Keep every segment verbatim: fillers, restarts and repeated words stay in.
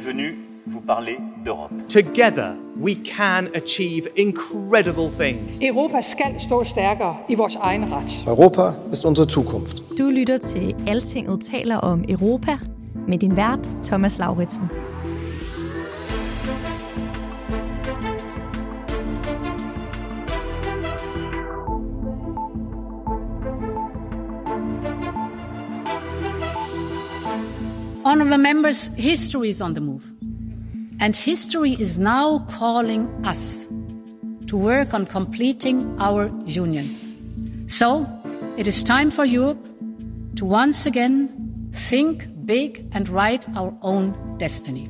suis venu vous parler d'Europe. Together we can achieve incredible things. Europa skal stå stærkere i vores egen ret. Europa ist unsere Zukunft. Du lytter til Altinget taler om Europa med din vært Thomas Lauritsen. Honourable members, history is on the move. And history is now calling us to work on completing our union. So, it is time for Europe to once again think big and write our own destiny.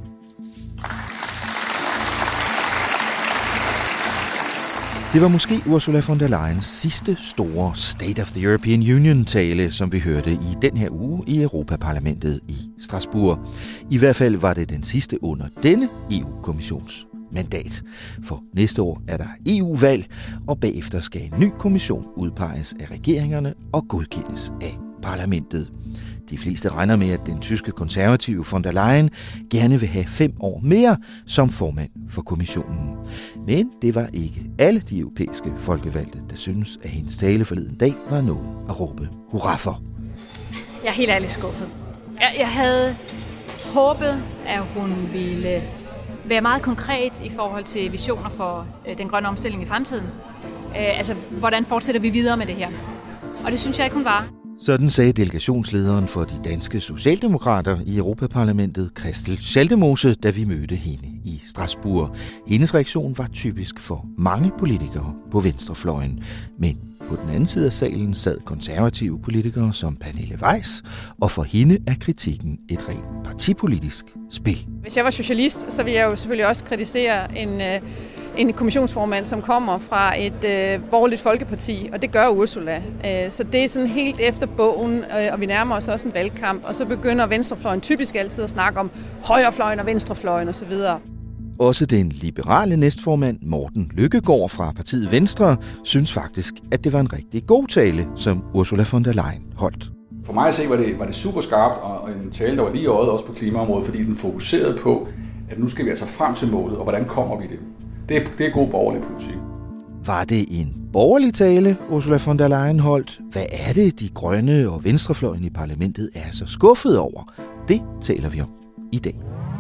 Det var måske Ursula von der Leyens sidste store State of the European Union-tale, som vi hørte i den her uge i Europaparlamentet i Strasbourg. I hvert fald var det den sidste under denne E U-kommissions mandat. For næste år er der E U-valg, og bagefter skal en ny kommission udpeges af regeringerne og godkendes af parlamentet. De fleste regner med, at den tyske konservative von der Leyen gerne vil have fem år mere som formand for kommissionen. Men det var ikke alle de europæiske folkevalgte, der synes, at hendes tale forleden dag var noget at råbe hurra for. Jeg er helt ærligt skuffet. Jeg, jeg havde håbet, at hun ville være meget konkret i forhold til visioner for øh, den grønne omstilling i fremtiden. Øh, altså, hvordan fortsætter vi videre med det her? Og det synes jeg ikke, hun var. Sådan sagde delegationslederen for de danske socialdemokrater i Europaparlamentet, Christel Schaldemose, da vi mødte hende i Strasbourg. Hendes reaktion var typisk for mange politikere på venstrefløjen. Men på den anden side af salen sad konservative politikere som Pernille Weiss, og for hende er kritikken et rent partipolitisk spil. Hvis jeg var socialist, så ville jeg jo selvfølgelig også kritisere en, en kommissionsformand, som kommer fra et øh, borgerligt folkeparti, og det gør Ursula. Så det er sådan helt efter bogen, og vi nærmer os også en valgkamp, og så begynder venstrefløjen typisk altid at snakke om højrefløjen og venstrefløjen osv. Også den liberale næstformand Morten Løkkegaard fra partiet Venstre synes faktisk, at det var en rigtig god tale, som Ursula von der Leyen holdt. For mig at se var det, var det super skarpt, og en tale, der var lige i øjet også på klimaområdet, fordi den fokuserede på, at nu skal vi altså frem til målet, og hvordan kommer vi det? Det er, det er god borgerlig politik. Var det en borgerlig tale, Ursula von der Leyen holdt? Hvad er det, de grønne og venstrefløjen i parlamentet er så skuffet over? Det taler vi om i dag.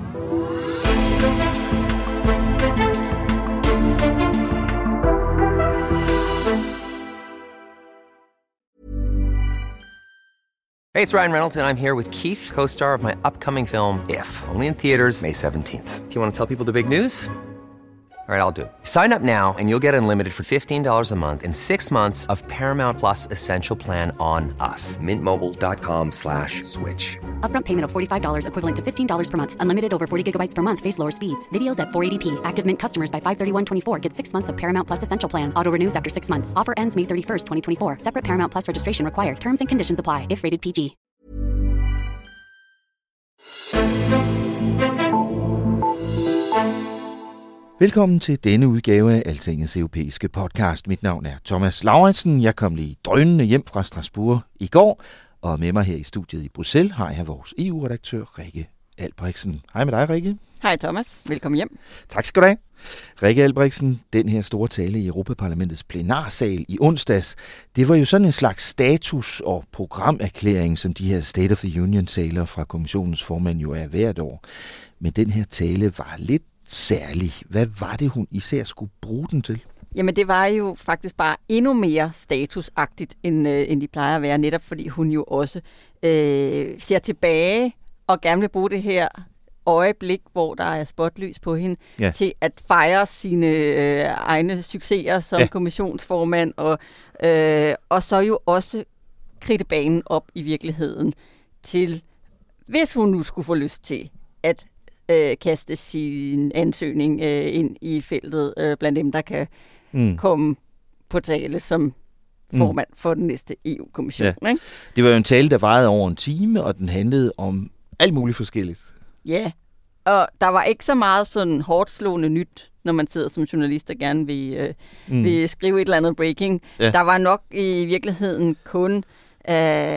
Hey, it's Ryan Reynolds, and I'm here with Keith, co-star of my upcoming film, If, only in theaters May seventeenth. Do you want to tell people the big news? All right, I'll do it. Sign up now and you'll get unlimited for fifteen dollars a month and six months of Paramount Plus Essential Plan on us. Mint Mobile dot com slash switch. Upfront payment of forty-five dollars equivalent to fifteen dollars per month. Unlimited over forty gigabytes per month. Face lower speeds. Videos at four eighty p. Active Mint customers by five thirty-one twenty-four get six months of Paramount Plus Essential Plan. Auto renews after six months. Offer ends May thirty-first, twenty twenty-four. Separate Paramount Plus registration required. Terms and conditions apply if rated P G. Velkommen til denne udgave af Altingets europæiske podcast. Mit navn er Thomas Lauritsen. Jeg kom lige drønende hjem fra Strasbourg i går, og med mig her i studiet i Bruxelles har jeg vores E U-redaktør Rikke Albrechtsen. Hej med dig, Rikke. Hej Thomas. Velkommen hjem. Tak skal du have. Rikke Albrechtsen, den her store tale i Europaparlamentets plenarsal i onsdags, det var jo sådan en slags status- og programerklæring, som de her State of the Union-taler fra kommissionens formand jo er hvert år. Men den her tale var lidt særlig. Hvad var det, hun især skulle bruge den til? Jamen, det var jo faktisk bare endnu mere statusagtigt, end, øh, end de plejer at være, netop fordi hun jo også øh, ser tilbage og gerne vil bruge det her øjeblik, hvor der er spotlys på hende, ja. til at fejre sine øh, egne succeser som ja. kommissionsformand, og, øh, og så jo også kridte banen op i virkeligheden til, hvis hun nu skulle få lyst til at øh, kaste sin ansøgning øh, ind i feltet øh, blandt dem, der kan mm. komme på tale som formand mm. for den næste E U-kommission. Ja. Ikke? Det var jo en tale, der varede over en time, og den handlede om alt muligt forskelligt. Ja, og der var ikke så meget sådan hårdt slående nyt, når man sidder som journalist og gerne vil, øh, mm. vil skrive et eller andet breaking. Ja. Der var nok i virkeligheden kun øh,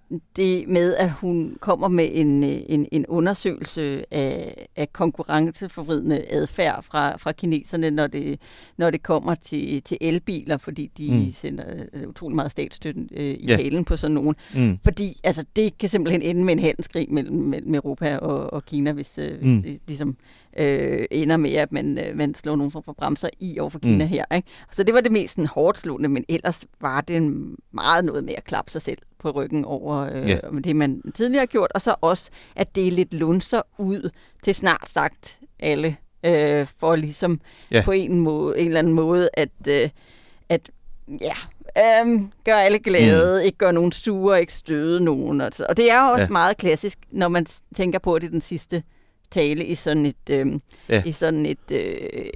det med, at hun kommer med en, en, en undersøgelse af, af konkurrenceforvridende adfærd fra, fra kineserne, når det, når det kommer til, til elbiler, fordi de mm. sender utrolig meget statsstøtte øh, i yeah. halen på sådan nogen. Mm. Fordi altså, det kan simpelthen ende med en handelskrig mellem, mellem Europa og, og Kina, hvis, øh, hvis mm. det ligesom øh, ender med, at man, øh, man slår nogen form for bremser i over for Kina mm. her. Ikke? Så det var det mest sådan, hårdt slående, men ellers var det meget noget med at klappe sig selv på ryggen over øh, yeah. det, man tidligere har gjort, og så også at dele lidt lunser ud til snart sagt alle, øh, for ligesom yeah. på en, måde, en eller anden måde at, øh, at ja, øh, gøre alle glade, mm. ikke gøre nogen sure, ikke støde nogen. Og, og det er jo også yeah. meget klassisk, når man tænker på, at det er den sidste tale i sådan et øh, yeah. i sådan et, øh,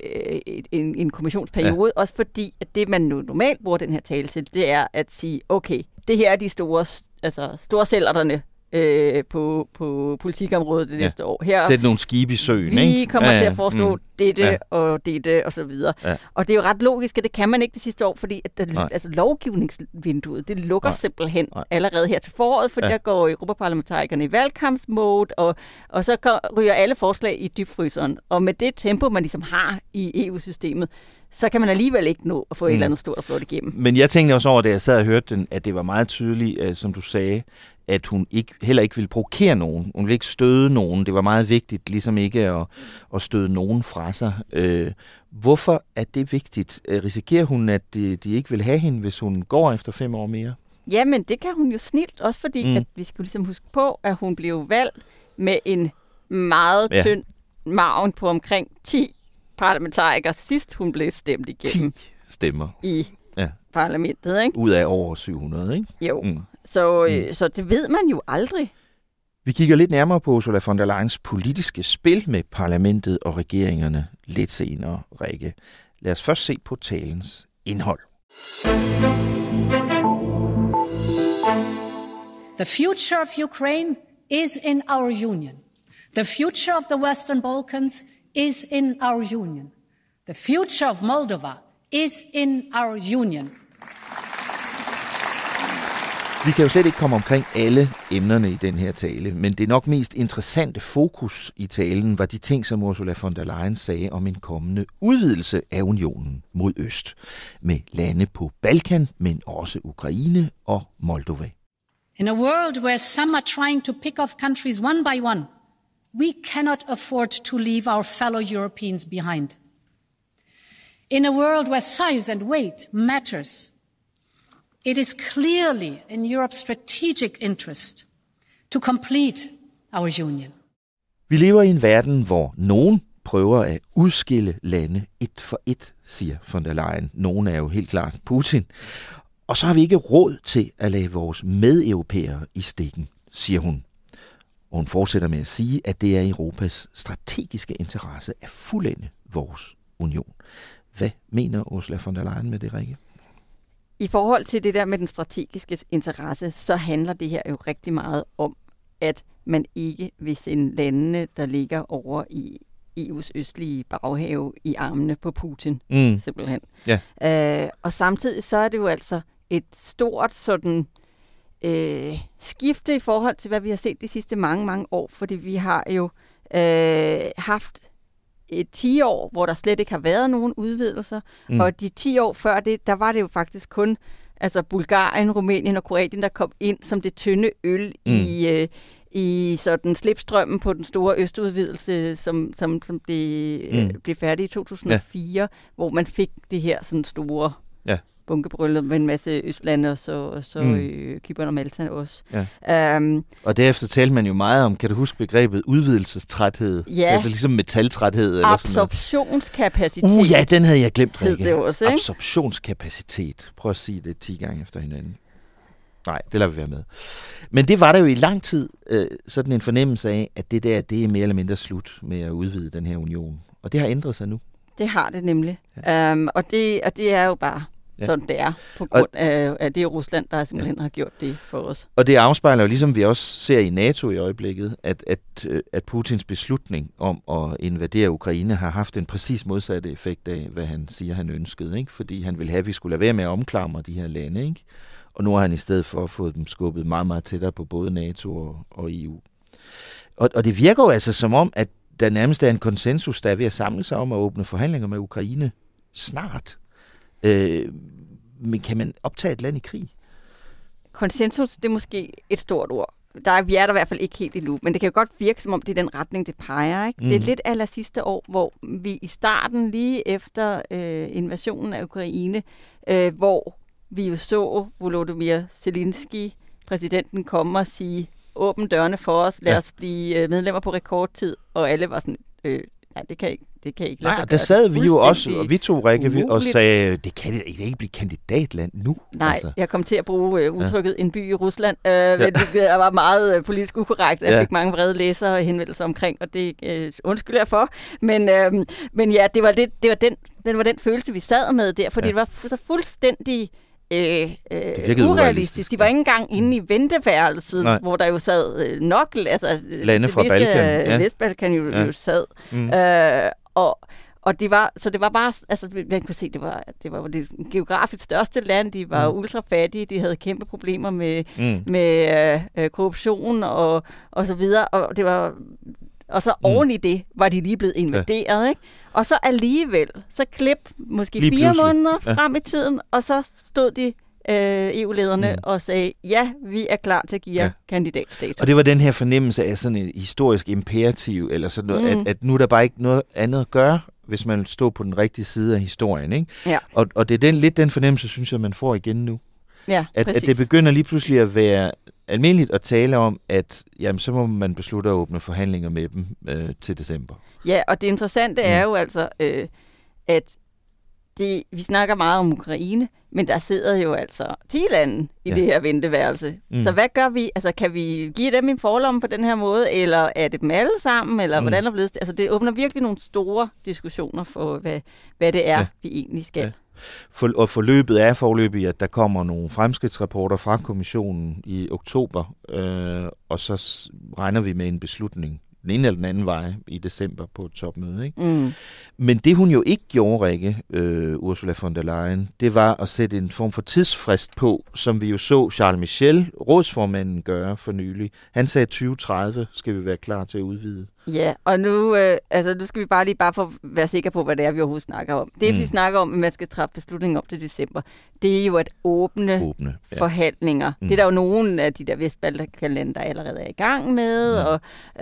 et en, en kommissionsperiode, yeah. også fordi at det man nu normalt bruger den her tale til, det er at sige, okay, det her er de store, altså storsælgerne øh, på, på politikområdet det ja. næste år. Her, Sæt nogle skibe i søen, vi ikke? kommer ja, til at foreslå mm. dette ja. og dette og så videre. Ja. Og det er jo ret logisk, at det kan man ikke det sidste år, fordi at der, altså, lovgivningsvinduet, det lukker Nej. simpelthen Nej. allerede her til foråret, for ja. der går europaparlamentarikerne i valgkampsmode, og, og så går, ryger alle forslag i dybfryseren. Og med det tempo, man ligesom har i E U-systemet, så kan man alligevel ikke nå at få mm. et eller andet stort og flot igennem. Men jeg tænkte også over, da jeg sad og hørte den, at det var meget tydeligt, uh, som du sagde, at hun ikke, heller ikke ville provokere nogen. Hun ville ikke støde nogen. Det var meget vigtigt, ligesom ikke at, at støde nogen fra sig. Uh, hvorfor er det vigtigt? Uh, risikerer hun, at de, de ikke vil have hende, hvis hun går efter fem år mere? Jamen, det kan hun jo snilt, også fordi, mm. at vi skulle ligesom huske på, at hun blev valgt med en meget ja. tynd margen på omkring ti parlamentarikere, sidst hun blev stemt igennem. ti stemmer. I ja. parlamentet, ikke? Ud af over syv hundrede, ikke? Jo, mm. Så, øh, mm. så det ved man jo aldrig. Vi kigger lidt nærmere på Ursula von der Leyens politiske spil med parlamentet og regeringerne lidt senere, Rikke. Lad os først se på talens indhold. The future of Ukraine is in our union. The future of the Western Balkans is in our union. The future of Moldova is in our union. Vi kan jo slet ikke komme omkring alle emnerne i den her tale, men det nok mest interessante fokus i talen var de ting, som Ursula von der Leyen sagde om en kommende udvidelse af unionen mod øst, med lande på Balkan, men også Ukraine og Moldova. In a world where some are trying to pick off countries one by one, we cannot afford to leave our fellow Europeans behind. In a world where size and weight matters, it is clearly in Europe's strategic interest to complete our union. Vi lever i en verden, hvor nogen prøver at udskille lande et for et, siger von der Leyen. Nogen er jo helt klart Putin. Og så har vi ikke råd til at lade vores medeuropæere i stikken, siger hun. Og hun fortsætter med at sige, at det er Europas strategiske interesse at fuldende vores union. Hvad mener Ursula von der Leyen med det, Rikke? I forhold til det der med den strategiske interesse, så handler det her jo rigtig meget om, at man ikke vil sende landene, der ligger over i E U's østlige baghave, i armene på Putin, mm. simpelthen. Yeah. Øh, og samtidig så er det jo altså et stort sådan øh, skifte i forhold til, hvad vi har set de sidste mange, mange år, fordi vi har jo øh, haft et ti år, hvor der slet ikke har været nogen udvidelser, mm. og de ti år før det, der var det jo faktisk kun altså Bulgarien, Rumænien og Kroatien, der kom ind som det tynde øl mm. i, øh, i sådan slipstrømmen på den store østudvidelse, som, som, som blev, mm. øh, blev færdig i to tusind og fire, ja. hvor man fik det her sådan store ja. bunkebryllup med en masse østlande, og så, og så mm. øh, Cypern og Malta også. Ja. Um, og derefter talte man jo meget om, kan du huske begrebet udvidelsestræthed? Ja. Så det er ligesom metaltræthed. Eller absorptionskapacitet. Uh, ja, den havde jeg glemt, Rikke. Det også, ikke? Absorptionskapacitet. Prøv at sige det ti gange efter hinanden. Nej, det lader vi være med. Men det var der jo i lang tid øh, sådan en fornemmelse af, at det der, det er mere eller mindre slut med at udvide den her union. Og det har ændret sig nu. Det har det nemlig. Ja. Um, og, det, og det er jo bare ja. sådan, det er, på grund og, af, af det Rusland, der simpelthen ja. har gjort det for os. Og det afspejler jo, ligesom vi også ser i NATO i øjeblikket, at, at, at Putins beslutning om at invadere Ukraine har haft en præcis modsatte effekt af, hvad han siger, han ønskede. Ikke? Fordi han ville have, at vi skulle lade være med at omklamre de her lande, ikke? Og nu har han i stedet for fået dem skubbet meget, meget tættere på både NATO og, og E U. Og, og det virker jo altså som om, at der nærmest er en konsensus, der er ved at samle sig om at åbne forhandlinger med Ukraine snart. Øh, men kan man optage et land i krig? Konsensus, det er måske et stort ord. Der er, vi er der i hvert fald ikke helt endnu, men det kan jo godt virke, som om det er den retning, det peger. Ikke? Mm. Det er lidt aller sidste år, hvor vi i starten, lige efter øh, invasionen af Ukraine, øh, hvor vi jo så Volodymyr Zelensky, præsidenten, komme og sige, åbn dørene for os, lad os blive medlemmer på rekordtid, og alle var sådan, øh, nej, det kan ikke, det kan ikke lade sig gøre. Der sad vi jo også, og vi to, Rikke, og sagde, det kan det ikke blive kandidatland nu. Nej, altså. Jeg kom til at bruge uh, udtrykket ja. en by i Rusland, uh, ja. men det var meget uh, politisk ukorrekt. Jeg ja. fik mange vrede læsere og henvendelser omkring, og det uh, undskylder jeg for. Men, uh, men ja, det var, det, det var den, den var den følelse, vi sad med der, fordi ja. det var så fuldstændig Øh, øh, urealistisk. De var ikke engang inde i venteværelset, Nej. hvor der jo sad øh, nok altså, lande fra Balkan. Ja. Vestbalkan jo, ja. jo sad. Mm. Øh, og, og det var, så det var bare, altså man kunne se, det var det var det geografisk største land. De var mm. ultrafattige, de havde kæmpe problemer med mm. med øh, korruption og og så videre, og det var og så mm. oven i det var de lige blevet invaderet, ja. ikke? Og så alligevel, så klip måske lige fire pludselig. måneder ja. frem i tiden, og så stod de øh, E U-lederne mm. og sagde, ja, vi er klar til at give jer ja. kandidatstatus. Og det var den her fornemmelse af sådan en historisk imperativ, eller sådan noget, mm. at, at nu er der bare ikke noget andet at gøre, hvis man står på den rigtige side af historien, ikke? Ja. Og, og det er den, lidt den fornemmelse, synes jeg, man får igen nu. Ja, at, at det begynder lige pludselig at være almindeligt at tale om, at jamen, så må man beslutte at åbne forhandlinger med dem øh, til december. Ja, og det interessante mm. er jo altså, øh, at det, vi snakker meget om Ukraine, men der sidder jo altså ti lande i ja. det her venteværelse. Mm. Så hvad gør vi? Altså, kan vi give dem en forlomme på den her måde, eller er det dem alle sammen, eller mm. hvordan er det? Altså, det åbner virkelig nogle store diskussioner for, hvad, hvad det er, ja. vi egentlig skal. Ja. For, og forløbet er forløbet, at der kommer nogle fremskridtsrapporter fra kommissionen i oktober, øh, og så regner vi med en beslutning den ene eller den anden vej i december på et topmøde. Ikke? Mm. Men det hun jo ikke gjorde, Rikke, øh, Ursula von der Leyen, det var at sætte en form for tidsfrist på, som vi jo så Charles Michel, rådsformanden, gøre for nylig. Han sagde tyve tredive skal vi være klar til at udvide. Ja, og nu, øh, altså, nu skal vi bare lige bare for at være sikre på, hvad det er, vi overhovedet snakker om. Det, mm. vi snakker om, at man skal træffe beslutningen op til december, det er jo at åbne, åbne ja. forhandlinger. Mm. Det er der jo nogle af de der Vestbalkan-lande, der allerede er i gang med. Mm. Og,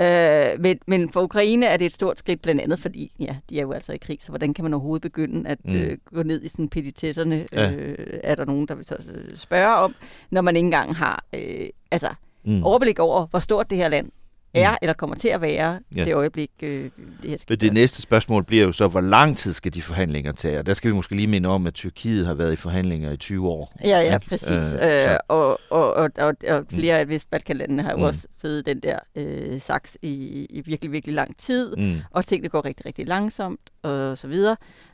øh, men, men for Ukraine er det et stort skridt, blandt andet, fordi ja, de er jo altså i krig, så hvordan kan man overhovedet begynde at mm. øh, gå ned i sådan petitesserne, ja. øh, er der nogen, der vil så øh, spørge om, når man ikke engang har øh, altså, mm. overblik over, hvor stort det her land er, mm. eller kommer til at være ja. det øjeblik, øh, det her skal Det næste spørgsmål bliver jo så, hvor lang tid skal de forhandlinger tage? Og der skal vi måske lige minde om, at Tyrkiet har været i forhandlinger i tyve år. Ja, ja, ja. præcis. Øh, øh, og, og, og, og, og flere af Vestbalkanlandene har jo mm. også siddet den der øh, saks i, i virkelig, virkelig lang tid, mm. og tingene går rigtig, rigtig langsomt, og så videre.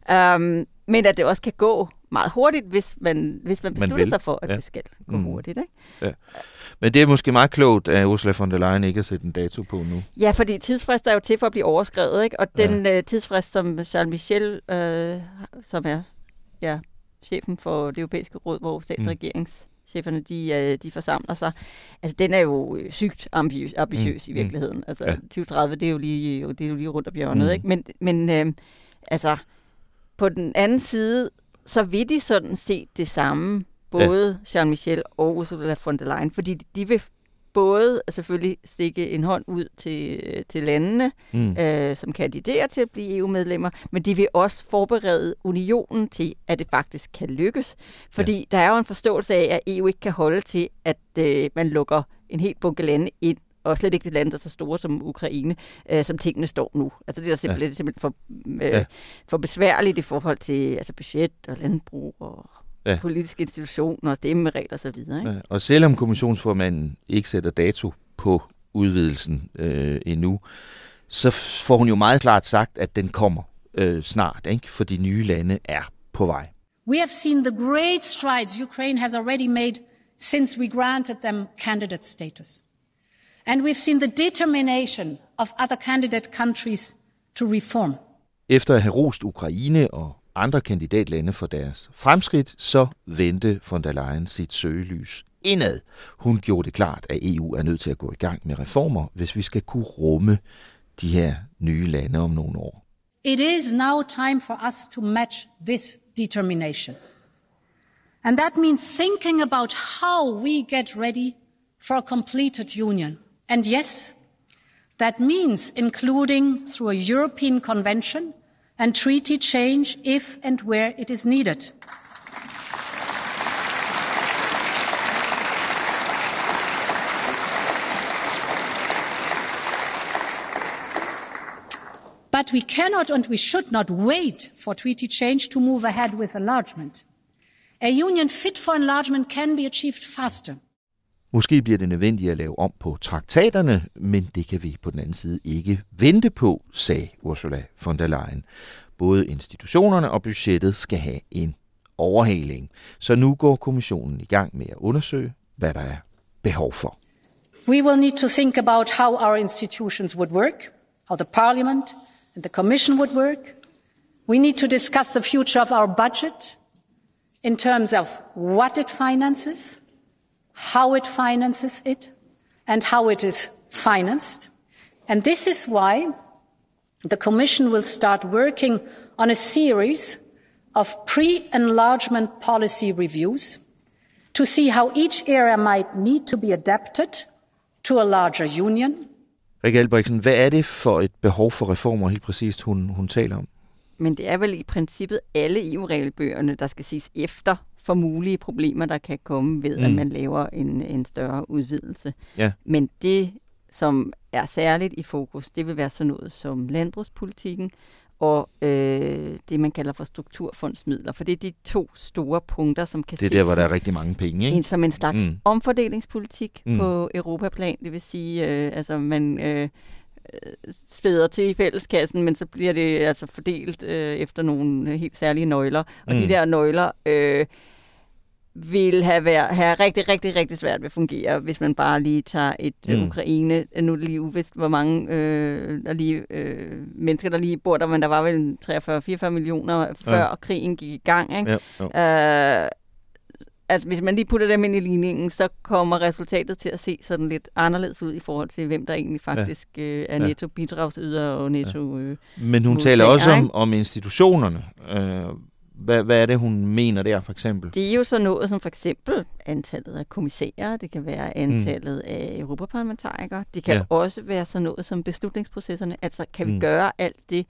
Um, men at det også kan gå meget hurtigt, hvis man, hvis man beslutter man sig for, at ja. det skal gå mm. hurtigt. Ikke? Ja. Men det er måske meget klogt, at Ursula von der Leyen ikke har sat en dato på nu. Ja, fordi tidsfrist er jo til for at blive overskredet, ikke? Og den ja. øh, tidsfrist, som Charles Michel, øh, som er ja, chefen for det europæiske råd, hvor statsregeringscheferne de, øh, de forsamler sig, altså den er jo sygt ambitiøs, ambitiøs mm. i virkeligheden. Altså ja. tyve tredive, det er jo lige, det er jo lige rundt om hjørnet, mm. ikke? Men, men øh, altså, på den anden side, så vil de sådan set det samme, både ja. Charles Michel og Ursula von der Leyen, fordi de vil både selvfølgelig stikke en hånd ud til, til landene, mm. øh, som kandiderer til at blive E U-medlemmer, men de vil også forberede unionen til, at det faktisk kan lykkes. Fordi ja. der er jo en forståelse af, at E U ikke kan holde til, at øh, man lukker en helt bunke lande ind, og slet ikke det lande, der er så store som Ukraine, øh, som tingene står nu. Altså det er simpelthen, ja. simpelthen for, øh, ja. for besværligt i forhold til altså budget og landbrug og ja. politiske institutioner og stemmeregler og så videre. Ikke? Ja. Og selvom kommissionsformanden ikke sætter dato på udvidelsen øh, endnu, så får hun jo meget klart sagt, at den kommer øh, snart, ikke? For de nye lande er på vej. We have seen the great strides Ukraine has already made since we granted them candidate status. And we've seen the determination of other candidate countries to reform. Efter at have rost Ukraine og andre kandidatlande for deres fremskridt, så vendte von der Leyen sit søgelys indad. Hun gjorde det klart, at E U er nødt til at gå i gang med reformer, hvis vi skal kunne rumme de her nye lande om nogle år. It is now time for us to match this determination. And that means thinking about how we get ready for a completed union. And yes, that means including through a European convention and treaty change if and where it is needed. But we cannot and we should not wait for treaty change to move ahead with enlargement. A union fit for enlargement can be achieved faster. Måske bliver det nødvendigt at lave om på traktaterne, men det kan vi på den anden side ikke vente på, sagde Ursula von der Leyen. Både institutionerne og budgettet skal have en overhaling. Så nu går kommissionen i gang med at undersøge, hvad der er behov for. We will need to think about how our institutions would work, how the Parliament and the Commission would work. We need to discuss the future of our budget in terms of what it finances, how it finances it, and how it is financed. And this is why the Commission will start working on a series of pre-enlargement policy reviews to see how each area might need to be adapted to a larger union. Rikke Albrechtsen, hvad er det for et behov for reformer helt præcist, hun, hun taler om? Men det er vel i princippet alle E U-regelbøgerne, der skal ses efter for mulige problemer, der kan komme ved, mm. at man laver en, en større udvidelse. Ja. Men det, som er særligt i fokus, det vil være sådan noget som landbrugspolitikken og øh, det, man kalder for strukturfondsmidler. For det er de to store punkter, som kan ses... Det er der, hvor der er rigtig mange penge, ikke? En, som en slags mm. omfordelingspolitik mm. på europaplan. Det vil sige, øh, altså man... Øh, spæder til i fælleskassen, men så bliver det altså fordelt øh, efter nogle helt særlige nøgler. Og mm. de der nøgler øh, vil have, vær, have rigtig, rigtig, rigtig svært ved at fungere, hvis man bare lige tager et mm. Ukraine. Nu er det lige uvist, hvor mange øh, der lige, øh, mennesker, der lige bor der, men der var vel treogfyrre til fireogfyrre millioner, før ja. krigen gik i gang. Ikke? Ja, ja. Øh, Altså, hvis man lige putter dem ind i ligningen, så kommer resultatet til at se sådan lidt anderledes ud i forhold til, hvem der egentlig faktisk ja. øh, er netto bidragsyder og netto øh, Men hun modtager, taler også om, om institutionerne. Øh, hvad, hvad er det, hun mener der, for eksempel? Det er jo så noget som for eksempel antallet af kommissærer, det kan være antallet mm. af europaparlamentarikere, det kan ja. også være sådan noget som beslutningsprocesserne. Altså, kan vi mm. gøre alt det,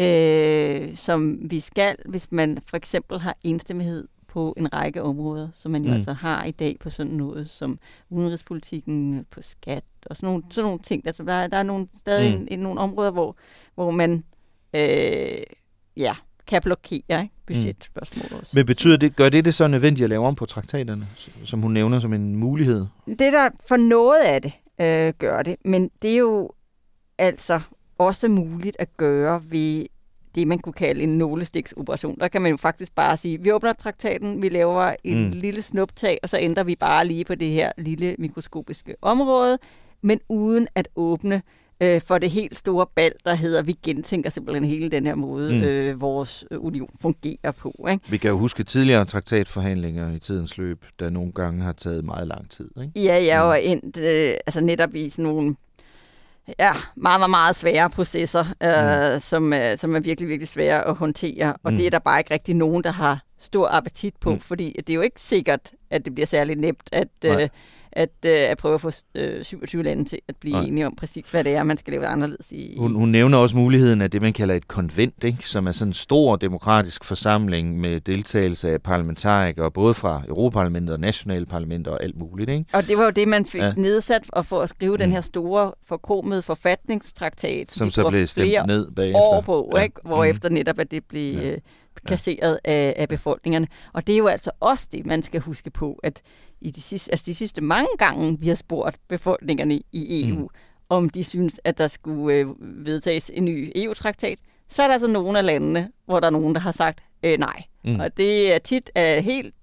øh, som vi skal, hvis man for eksempel har enstemmighed på en række områder, som man jo mm. altså har i dag på sådan noget som udenrigspolitikken, på skat og sådan nogle, sådan nogle ting. Altså der, der er nogle, stadig mm. en, en, nogle områder, hvor, hvor man øh, ja, kan blokere budgetspørgsmål også. Men betyder det, gør det det så nødvendigt at lave om på traktaterne, som hun nævner som en mulighed? Det der for noget af det øh, gør det, men det er jo altså også muligt at gøre ved det, man kunne kalde en nålestiksoperation. Der kan man jo faktisk bare sige, vi åbner traktaten, vi laver en mm. lille snuptag, og så ændrer vi bare lige på det her lille mikroskopiske område, men uden at åbne øh, for det helt store bal, der hedder, vi gentænker simpelthen hele den her måde, mm. øh, vores union fungerer på. Ikke? Vi kan jo huske tidligere traktatforhandlinger i tidens løb, der nogle gange har taget meget lang tid. Ikke? Ja, ja, og endt, øh, altså netop i sådan nogle Ja, meget, meget, meget svære processer, øh, mm. som, øh, som er virkelig, virkelig svære at håndtere. Og mm. det er der bare ikke rigtig nogen, der har stor appetit på, mm. fordi det er jo ikke sikkert, at det bliver særlig nemt at, øh, at, øh, at prøve at få øh, syvogtyve lande til at blive Nej. enige om præcis, hvad det er, man skal lave anderledes i. Hun, hun nævner også muligheden af det, man kalder et konvent, ikke? Som er sådan en stor demokratisk forsamling med deltagelse af parlamentarikere, både fra Europaparlamentet og nationale parlamenter og alt muligt. Ikke? Og det var jo det, man fik ja. nedsat og for at skrive mm. den her store, forkromede forfatningstraktat, som så blev stemt ned bagefter. År på, ja. ikke? Hvorefter mm. netop, at det blev ja. kasseret af, af befolkningerne. Og det er jo altså også det, man skal huske på, at i de sidste, altså de sidste mange gange, vi har spurgt befolkningerne i E U, mm. om de synes, at der skulle øh, vedtages en ny E U-traktat, så er der altså nogle af landene, hvor der er nogen, der har sagt øh, nej. Mm. Og det er tit af helt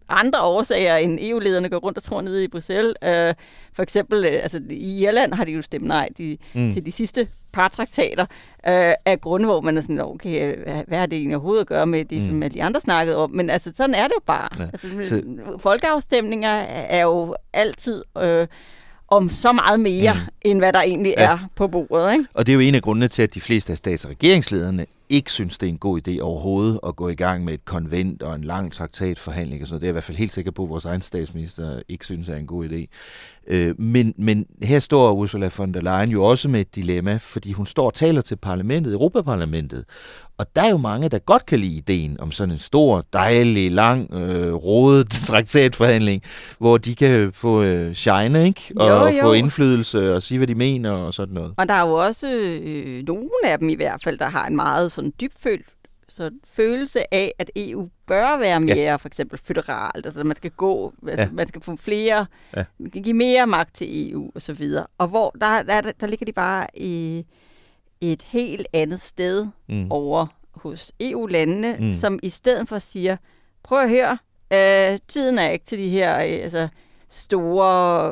andre årsager, end E U-lederne går rundt og tror nede i Bruxelles. Øh, for eksempel, øh, altså i Irland har de jo stemt nej de, mm. til de sidste par traktater, øh, af grunde, hvor man er sådan, okay, hvad har det egentlig overhovedet at gøre med det, mm. som de andre snakkede om? Men altså, sådan er det jo bare. Ja. Altså, så... Folkeafstemninger er jo altid... Øh, om så meget mere, mm. end hvad der egentlig ja. er på bordet. Ikke? Og det er jo en af grundene til, at de fleste af stats- og regeringslederne ikke synes, det er en god idé overhovedet at gå i gang med et konvent og en lang traktatforhandling. Og sådan noget. Det er jeg i hvert fald helt sikker på, at vores egen statsminister ikke synes er en god idé. Øh, men, men her står Ursula von der Leyen jo også med et dilemma, fordi hun står og taler til parlamentet, Europaparlamentet. Og der er jo mange, der godt kan lide ideen om sådan en stor, dejlig, lang, øh, rodet traktatforhandling, hvor de kan få øh, shine, ikke? Og jo, jo. få indflydelse og sige, hvad de mener og sådan noget. Og der er jo også øh, nogle af dem i hvert fald, der har en meget sådan dybfølt så følelse af, at E U bør være mere, ja. for eksempel føderalt, altså man skal gå, altså, ja. man skal få flere, ja. give mere magt til E U og så videre. Og hvor der, der, der ligger de bare i et helt andet sted mm. over hos E U-landene, mm. som i stedet for siger, prøv at høre, øh, tiden er ikke til de her øh, altså, store,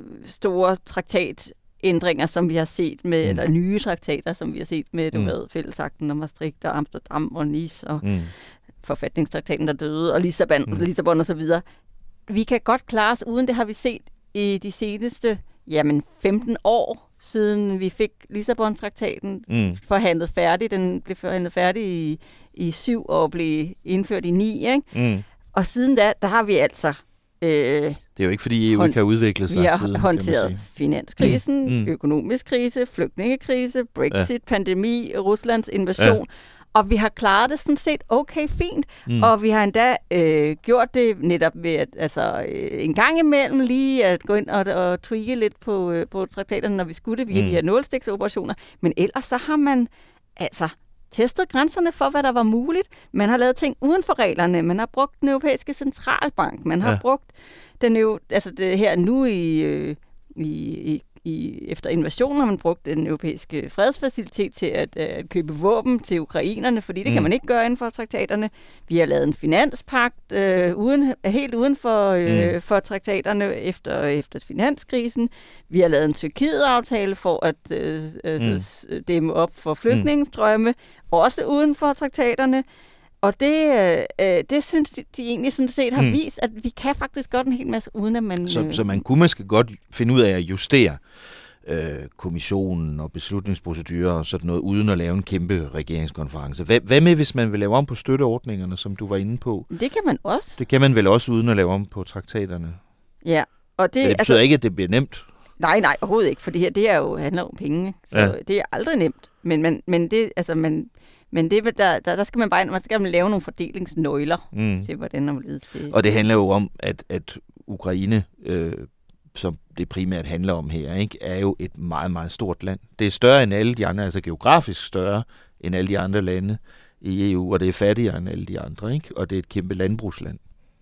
store traktatændringer, som vi har set med, mm. eller nye traktater, som vi har set med, du mm. ved, Fællesakten og Maastricht og Amsterdam og Nice og mm. forfatningstraktaten, der døde, og Lissabon, mm. Lissabon og så videre. Vi kan godt klare os uden, det har vi set i de seneste, jamen, femten år, siden vi fik Lissabon-traktaten mm. forhandlet færdig. Den blev forhandlet færdig i, i syv og blev indført i ni, ikke? Mm. Og siden da, der har vi altså... Øh, det er jo ikke, fordi E U ikke har udviklet sig. Vi har siden, håndteret finanskrisen, mm. økonomisk krise, flygtningekrise, Brexit, ja. pandemi, Ruslands invasion... Ja. Og vi har klaret det sådan set okay fint, mm. og vi har endda øh, gjort det netop ved at altså, øh, en gang imellem lige at gå ind og, og tweake lidt på, øh, på traktaterne, når vi skulle det via mm. de her nulstiksoperationer. Men ellers så har man altså testet grænserne for, hvad der var muligt. Man har lavet ting uden for reglerne. Man har brugt den europæiske centralbank. Man har ja. brugt den jo, altså det her nu i, øh, i, i I, efter invasionen har man brugt den europæiske fredsfacilitet til at, at købe våben til ukrainerne, fordi det mm. kan man ikke gøre inden for traktaterne. Vi har lavet en finanspagt øh, uden, helt uden for, øh, mm. for traktaterne efter, efter finanskrisen. Vi har lavet en Tyrkiet-aftale for at øh, mm. dæmme op for flygtningestrømme, mm. også uden for traktaterne. Og det, øh, det synes de, de egentlig sådan set har mm. vist, at vi kan faktisk godt en hel masse, uden at man... Så, øh, så man kunne måske godt finde ud af at justere øh, kommissionen og beslutningsprocedurer og sådan noget, uden at lave en kæmpe regeringskonference. Hvad, hvad med, hvis man vil lave om på støtteordningerne, som du var inde på? Det kan man også. Det kan man vel også, uden at lave om på traktaterne? Ja. Og det, det betyder altså, ikke, at det bliver nemt? Nej, nej, overhovedet ikke, for det her, det er jo, handler om penge, så ja. det er aldrig nemt. Men, men, men det, altså, man... Men det, der, der, der skal man bare man skal man lave nogle fordelingsnøgler mm. til, hvordan og hvorledes det. Og det handler jo om, at, at Ukraine, øh, som det primært handler om her, ikke, er jo et meget, meget stort land. Det er større end alle de andre, altså geografisk større end alle de andre lande i E U, og det er fattigere end alle de andre, ikke? Og det er et kæmpe landbrugsland.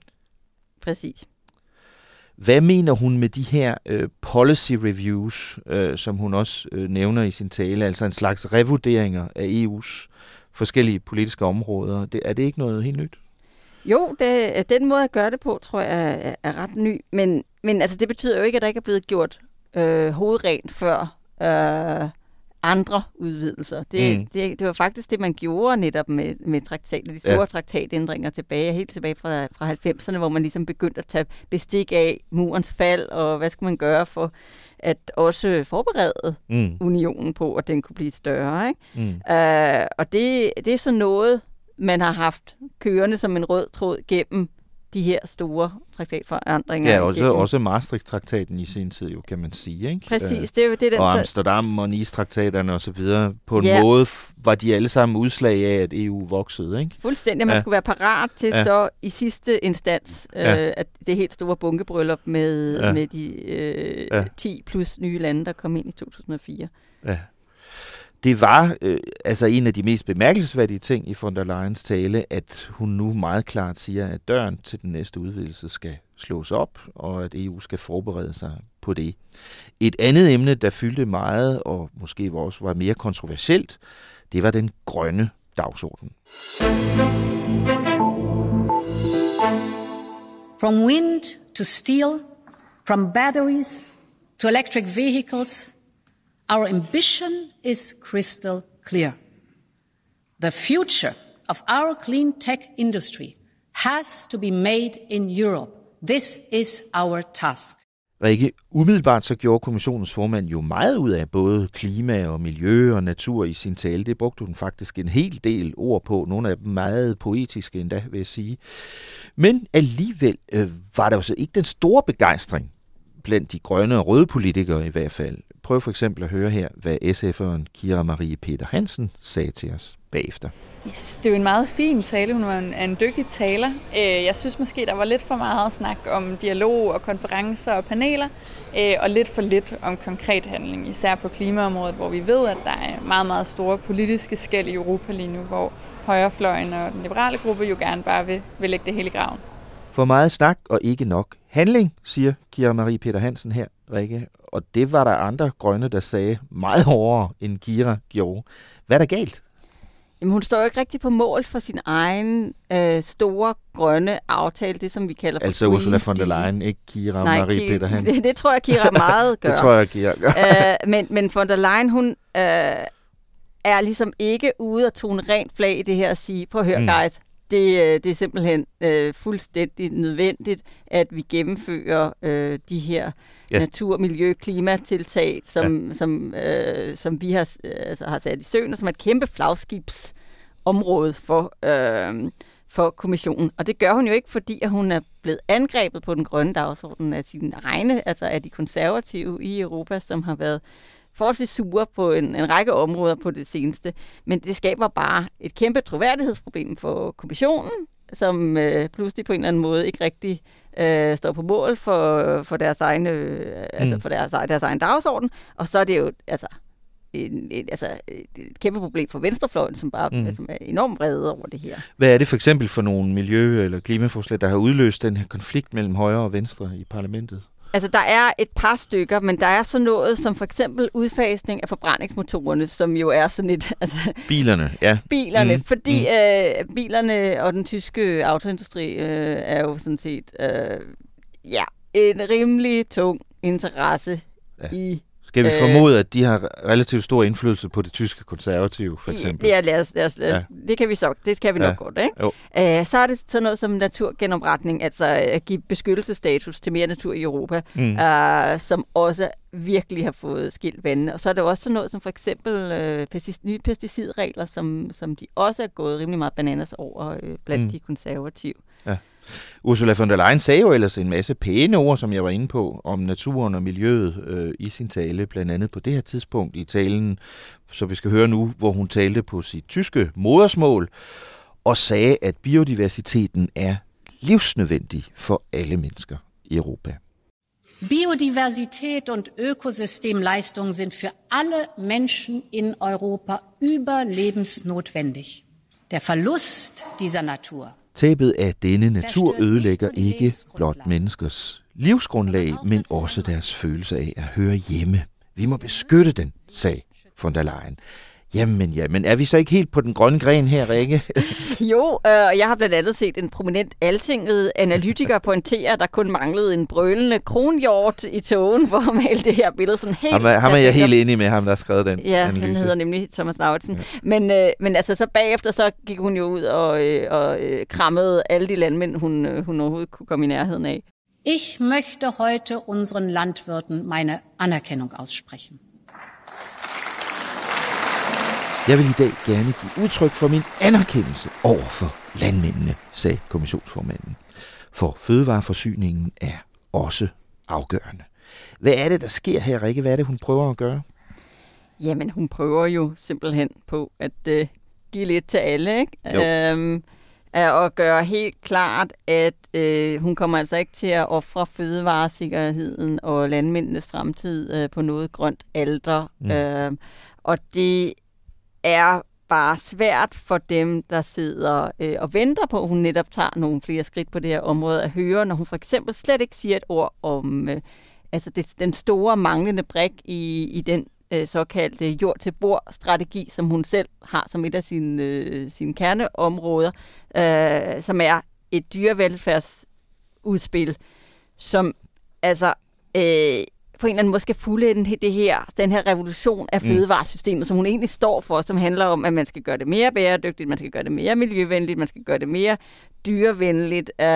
Præcis. Hvad mener hun med de her øh, policy reviews, øh, som hun også øh, nævner i sin tale, altså en slags revurderinger af E U's forskellige politiske områder? Det, er det ikke noget helt nyt? Jo, det, den måde at gøre det på, tror jeg, er, er ret ny. Men, men altså, det betyder jo ikke, at der ikke er blevet gjort øh, hovedrent før øh, andre udvidelser. Det, mm. det, det var faktisk det, man gjorde netop med, med traktater, de store ja. traktatændringer tilbage, helt tilbage fra, fra halvfemserne, hvor man ligesom begyndte at tage bestik af murens fald, og hvad skulle man gøre for at også forberede mm. unionen på, at den kunne blive større. Ikke? Mm. Uh, og det, det er så noget, man har haft kørende som en rød tråd gennem de her store traktatforandringer. Ja, også, også Maastricht-traktaten i sin tid, jo, kan man sige. Ikke? Præcis. Det er det, den og Amsterdam og Nice-traktaterne og så videre. På en ja. måde var de alle sammen udslag af, at E U voksede. Ikke? Fuldstændig. Man ja. skulle være parat til ja. så i sidste instans, øh, ja. at det helt store bunkebryllup med, ja. med de øh, ja. ti plus nye lande, der kom ind i to tusind og fire. Ja. Det var øh, altså en af de mest bemærkelsesværdige ting i von der Leyens tale, at hun nu meget klart siger, at døren til den næste udvidelse skal slås op, og at E U skal forberede sig på det. Et andet emne, der fyldte meget, og måske også var mere kontroversielt, det var den grønne dagsorden. From wind to steel, from batteries to electric vehicles, our ambition is crystal clear. The future of our clean tech industry has to be made in Europe. This is our task. Rikke, umiddelbart så gjorde kommissionens formand jo meget ud af både klima og miljø og natur i sin tale. Det brugte hun faktisk en hel del ord på, nogle af dem meget poetiske endda, vil jeg sige. Men alligevel øh, var der jo så ikke den store begejstring blandt de grønne og røde politikere i hvert fald. Prøv for eksempel at høre her, hvad S F'eren Kira Marie Peter Hansen sagde til os bagefter. Yes, det er jo en meget fin tale. Hun var en, en dygtig taler. Jeg synes måske, der var lidt for meget snak om dialog og konferencer og paneler, og lidt for lidt om konkret handling, især på klimaområdet, hvor vi ved, at der er meget, meget store politiske skel i Europa lige nu, hvor højrefløjen og den liberale gruppe jo gerne bare vil, vil lægge det hele i graven. For meget snak og ikke nok handling, siger Kira Marie Peter Hansen her, Rikke. Og det var der andre grønne, der sagde meget hårdere, end Kira gjorde. Hvad er der galt? Jamen, hun står jo ikke rigtig på mål for sin egen øh, store grønne aftale, det som vi kalder for altså Ursula von der Leyen, ikke Kira Nej, Marie Ki- Peter Hansen. Det, det tror jeg, Kira meget gør. Det tror jeg, Kira gør. øh, men, men von der Leyen, hun øh, er ligesom ikke ude at tone rent flag i det her og sige, prøv at høre, mm. guys, det, det er simpelthen øh, fuldstændig nødvendigt, at vi gennemfører øh, de her ja. natur-, miljø-, klimatiltag, som, ja. som, øh, som vi har, altså, har sat i søen, og som er et kæmpe flagskibsområde for, øh, for kommissionen. Og det gør hun jo ikke, fordi at hun er blevet angrebet på den grønne dagsorden af sine egne, altså af de konservative i Europa, som har været forholdsvis sure på en, en række områder på det seneste. Men det skaber bare et kæmpe troværdighedsproblem for kommissionen, som øh, pludselig på en eller anden måde ikke rigtig øh, står på mål for, for deres egen øh, mm. altså for deres, deres egen dagsorden. Og så er det jo altså en, et, altså et kæmpe problem for venstrefløjen, som bare mm. altså, er enormt vrede over det her. Hvad er det for eksempel for nogle miljø- eller klimaforslag, der har udløst den her konflikt mellem højre og venstre i parlamentet? Altså, der er et par stykker, men der er så noget som for eksempel udfasning af forbrændingsmotorerne, som jo er sådan et... Altså, bilerne, ja. Bilerne, mm. fordi mm. Øh, bilerne og den tyske autoindustri øh, er jo sådan set øh, ja, en rimelig tung interesse ja. i... Skal vi formode, at de har relativt stor indflydelse på det tyske konservative, for eksempel? Ja, lad os, lad os, ja. det kan vi så, det kan vi nok ja. godt, ikke? Æh, så er det sådan noget som naturgenopretning, altså at give beskyttelsesstatus til mere natur i Europa, mm. øh, som også virkelig har fået skilt vandene. Og så er det også sådan noget som for eksempel øh, pesticid, nye pesticidregler, som, som de også er gået rimelig meget bananas over øh, blandt mm. de konservative. Ja. Ursula von der Leyen sagde jo ellers en masse pæne ord, som jeg var inde på, om naturen og miljøet øh, i sin tale, blandt andet på det her tidspunkt i talen, så vi skal høre nu, hvor hun talte på sit tyske modersmål, og sagde, at biodiversiteten er livsnødvendig for alle mennesker i Europa. Biodiversität und Ökosystemleistung sind für alle Menschen in Europa überlebensnotwendig. Der Verlust dieser Natur. Tabet af denne natur ødelægger ikke blot menneskers livsgrundlag, men også deres følelse af at høre hjemme. Vi må beskytte den, sagde von der Leyen. Jamen, jamen, er vi så ikke helt på den grønne gren her, Rikke? Jo, og øh, jeg har blandt andet set en prominent altinget analytiker pointere, at der kun manglede en brølende kronhjort i togen, hvor han malte det her billede sådan helt... Ham er, ham er jeg helt enig med ham, der har skrevet den ja, analyse. Ja, han hedder nemlig Thomas Lauritsen. Ja. Men, øh, men altså, så bagefter, så gik hun jo ud og, øh, og øh, krammede alle de landmænd, hun, øh, hun overhovedet kunne komme i nærheden af. Ich möchte heute unseren Landwirten meine Anerkennung aussprechen. Jeg vil i dag gerne give udtryk for min anerkendelse over for landmændene, sagde kommissionsformanden. For fødevareforsyningen er også afgørende. Hvad er det, der sker her, Rikke? Hvad er det, hun prøver at gøre? Jamen, hun prøver jo simpelthen på at øh, give lidt til alle, ikke? Øhm, at gøre helt klart, at øh, hun kommer altså ikke til at ofre fødevaresikkerheden og landmændenes fremtid øh, på noget grønt alter. Mm. Øh, og det er bare svært for dem, der sidder øh, og venter på, at hun netop tager nogle flere skridt på det her område, at høre, når hun for eksempel slet ikke siger et ord om øh, altså det, den store manglende brik i, i den øh, såkaldte jord-til-bord-strategi, som hun selv har som et af sine, øh, sine kerneområder, øh, som er et dyrevelfærds udspil, som altså øh, på en eller anden måde skal fuldende det her, den her revolution af fødevaresystemet, mm. som hun egentlig står for, som handler om, at man skal gøre det mere bæredygtigt, man skal gøre det mere miljøvenligt, man skal gøre det mere dyrevenligt, øh,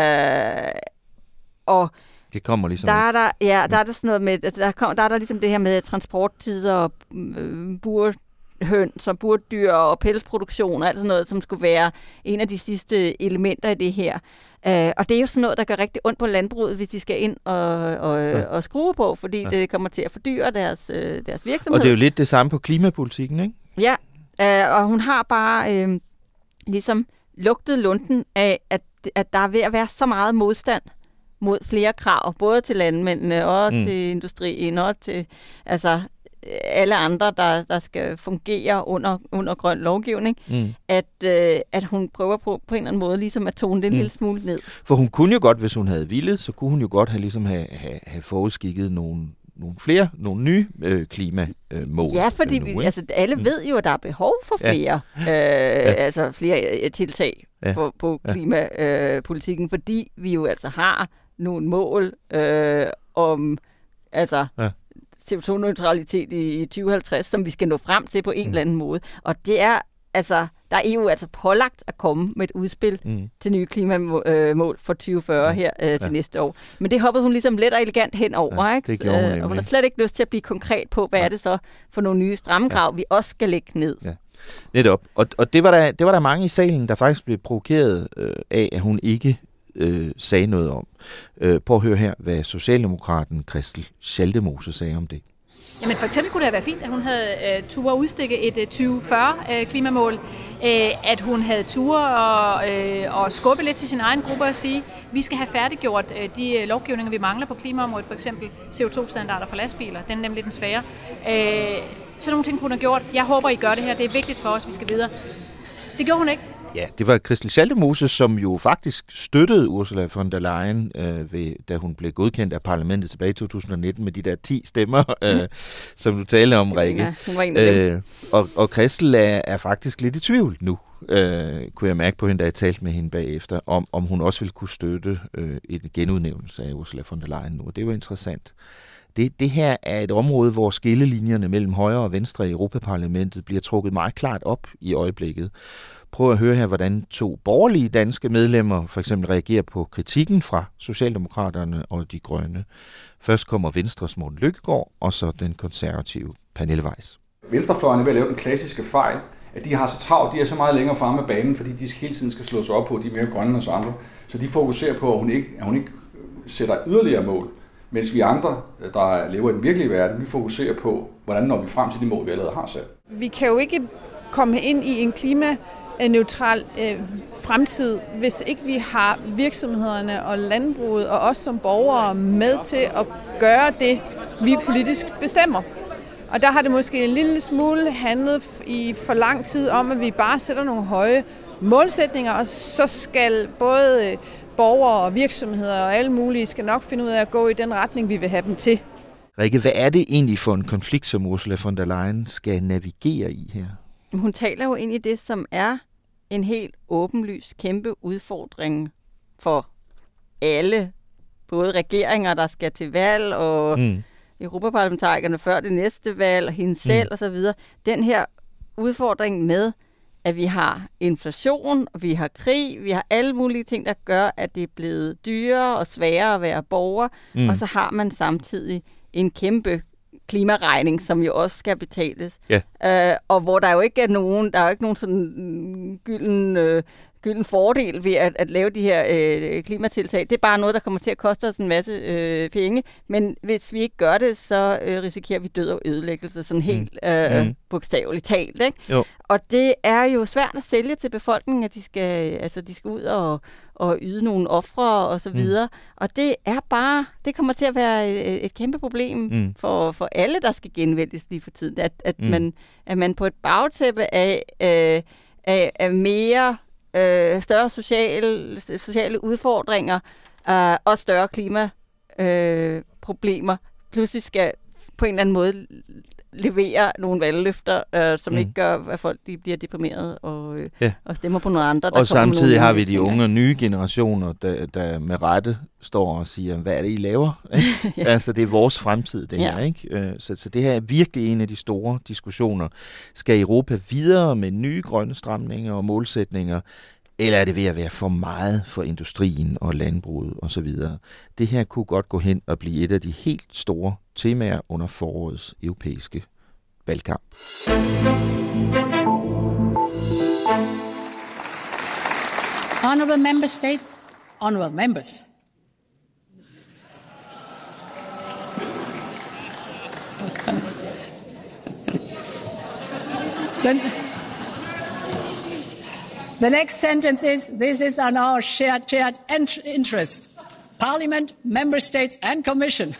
og det kommer ligesom... Der er der, ja, der er der sådan noget med, der, kom, der er der ligesom det her med transporttider og øh, burhøns og burdyr og pelsproduktion og alt sådan noget, som skulle være en af de sidste elementer i det her. Uh, og det er jo sådan noget, der gør rigtig ondt på landbruget, hvis de skal ind og, og, ja. og skrue på, fordi ja. det kommer til at fordyre deres, øh, deres virksomhed. Og det er jo lidt det samme på klimapolitikken, ikke? Ja, uh, og hun har bare øh, ligesom lugtet lunden af, at, at der er ved at være så meget modstand mod flere krav, både til landmændene og mm. til industrien og til altså alle andre, der, der skal fungere under, under grøn lovgivning, mm. at, øh, at hun prøver på, på en eller anden måde ligesom at tone det en mm. lille smule ned. For hun kunne jo godt, hvis hun havde villet, så kunne hun jo godt have, ligesom have, have, have forudskikket nogle, nogle flere, nogle nye øh, klimamål. Ja, fordi vi, altså, alle mm. ved jo, at der er behov for flere, ja. Øh, ja. altså flere tiltag ja. på, på klimapolitikken, øh, fordi vi jo altså har nogle mål øh, om altså ja. C O to neutralitet i tyve halvtreds, som vi skal nå frem til på en mm. eller anden måde. Og det er altså, der er E U altså pålagt at komme med et udspil mm. til nye klimamål for tyve fyrre ja. her øh, til ja. næste år. Men det hoppede hun ligesom let og elegant henover, ja, ikke? Det gjorde hun øh, og hun har slet ikke lyst til at blive konkret på, hvad ja. er det så for nogle nye stramme krav, ja. vi også skal lægge ned. Ja. Netop. Og, og det, var der, det var der mange i salen, der faktisk blev provokeret øh, af, at hun ikke øh, sagde noget om. Øh, prøv at høre her, hvad Socialdemokraten Christel Schaldemose sagde om det. Jamen for eksempel kunne det have været fint, at hun havde uh, tur udstikke et uh, tyve fyrre uh, klimamål, uh, at hun havde tur og, uh, og skubbe lidt til sin egen gruppe og sige, vi skal have færdiggjort uh, de uh, lovgivninger, vi mangler på klimaområdet, for eksempel C O to standarder for lastbiler, den er nemlig den svære. Uh, sådan nogle ting kunne hun have gjort. Jeg håber, I gør det her, det er vigtigt for os, vi skal videre. Det gjorde hun ikke. Ja, det var Christel Schaldemose, som jo faktisk støttede Ursula von der Leyen, øh, ved, da hun blev godkendt af parlamentet tilbage i to tusind og nitten med de der ti stemmer, øh, som du talte om, Rikke. Ja, hun var en af dem. Øh, og, og Christel er, er faktisk lidt i tvivl nu, øh, kunne jeg mærke på hende, da jeg talte med hende bagefter, om, om hun også ville kunne støtte øh, en genudnævnelse af Ursula von der Leyen nu. Og det var interessant. Det, det her er et område, hvor skillelinjerne mellem højre og venstre i Europaparlamentet bliver trukket meget klart op i øjeblikket. Prøv at høre her, hvordan to borgerlige danske medlemmer for eksempel reagerer på kritikken fra Socialdemokraterne og De Grønne. Først kommer Venstres Morten Løkkegaard, og så den konservative Pernille Weiss. Venstrefløjen er ved at lave den klassiske fejl, at de har så travlt, de er så meget længere fremme af banen, fordi de hele tiden skal slå sig op på, at de er mere grønne end os andre. Så de fokuserer på, at hun ikke, at hun ikke sætter yderligere mål. Mens vi andre, der lever i den virkelige verden, vi fokuserer på, hvordan når vi frem til de mål, vi allerede har sat. Vi kan jo ikke komme ind i en klimaneutral øh, fremtid, hvis ikke vi har virksomhederne og landbruget og os som borgere med til at gøre det, vi politisk bestemmer. Og der har det måske en lille smule handlet i for lang tid om, at vi bare sætter nogle høje målsætninger, og så skal både borgere og virksomheder og alle mulige skal nok finde ud af at gå i den retning, vi vil have dem til. Rikke, hvad er det egentlig for en konflikt, som Ursula von der Leyen skal navigere i her? Hun taler jo ind i det, som er en helt åbenlys kæmpe udfordring for alle. Både regeringer, der skal til valg, og mm. europaparlamentarikerne før det næste valg, og hende selv mm. osv. Den her udfordring med, at vi har inflation, og vi har krig, vi har alle mulige ting, der gør, at det er blevet dyrere og sværere at være borger, mm. og så har man samtidig en kæmpe klimaregning, som jo også skal betales. Yeah. Øh, og hvor der jo ikke er nogen, der er jo ikke nogen sådan gylden, øh, gylden fordel ved at, at lave de her øh, klimatiltag. Det er bare noget, der kommer til at koste os en masse øh, penge, men hvis vi ikke gør det, så øh, risikerer vi død og ødelæggelse, sådan helt øh, mm. bogstaveligt talt. Ikke? Jo. Og det er jo svært at sælge til befolkningen, at de skal, altså, de skal ud og, og yde nogle ofre og så videre. Mm. Og det er bare, det kommer til at være et, et kæmpe problem mm. for, for alle, der skal genvælges lige for tiden. At, at, mm. man, at man på et bagtæppe af, øh, af, af mere øh, større sociale, sociale udfordringer øh, og større klimaproblemer, øh, pludselig skal på en eller anden måde leverer nogle valgløfter, øh, som mm. ikke gør, at folk de bliver deprimeret og, øh, ja. og stemmer på nogle andre. Der og samtidig har vi de løsninger. unge og nye generationer, der, der med rette står og siger, hvad er det, I laver? ja. Altså, det er vores fremtid, det ja. her. Ikke? Så, så det her er virkelig en af de store diskussioner. Skal Europa videre med nye grønne stramninger og målsætninger, eller er det ved at være for meget for industrien og landbruget osv.? Det her kunne godt gå hen og blive et af de helt store temaer under forårets europæiske valgkamp. Honorable member state, honorable members. Then, the next sentence is, this is on our shared, shared interest. Parliament, member states and commission.